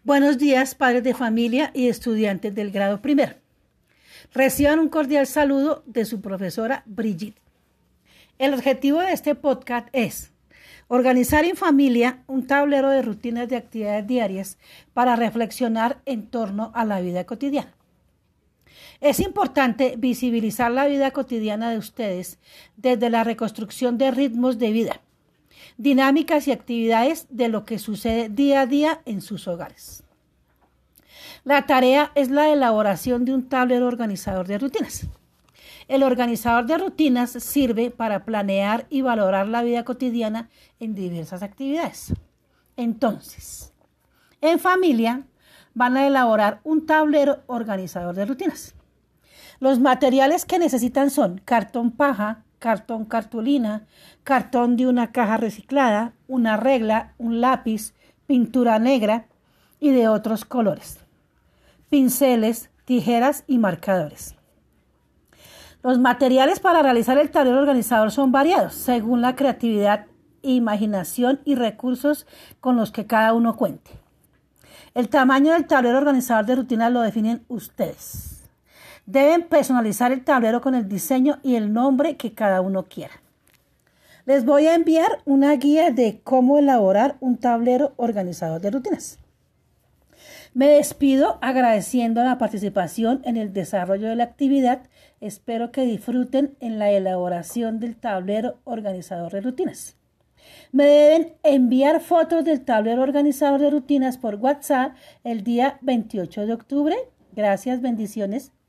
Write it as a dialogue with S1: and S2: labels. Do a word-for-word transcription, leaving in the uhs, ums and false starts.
S1: Buenos días, padres de familia y estudiantes del grado primero. Reciban un cordial saludo de su profesora Brigitte. El objetivo de este podcast es organizar en familia un tablero de rutinas de actividades diarias para reflexionar en torno a la vida cotidiana. Es importante visibilizar la vida cotidiana de ustedes desde la reconstrucción de ritmos de vida, dinámicas y actividades de lo que sucede día a día en sus hogares. La tarea es la elaboración de un tablero organizador de rutinas. El organizador de rutinas sirve para planear y valorar la vida cotidiana en diversas actividades. Entonces, en familia van a elaborar un tablero organizador de rutinas. Los materiales que necesitan son cartón paja, cartón cartulina, cartón de una caja reciclada, una regla, un lápiz, pintura negra y de otros colores, pinceles, tijeras y marcadores. Los materiales para realizar el tablero organizador son variados según la creatividad, imaginación y recursos con los que cada uno cuente. El tamaño del tablero organizador de rutinas lo definen ustedes. Deben personalizar el tablero con el diseño y el nombre que cada uno quiera. Les voy a enviar una guía de cómo elaborar un tablero organizador de rutinas. Me despido agradeciendo la participación en el desarrollo de la actividad. Espero que disfruten en la elaboración del tablero organizador de rutinas. Me deben enviar fotos del tablero organizador de rutinas por WhatsApp el día veintiocho de octubre. Gracias, bendiciones.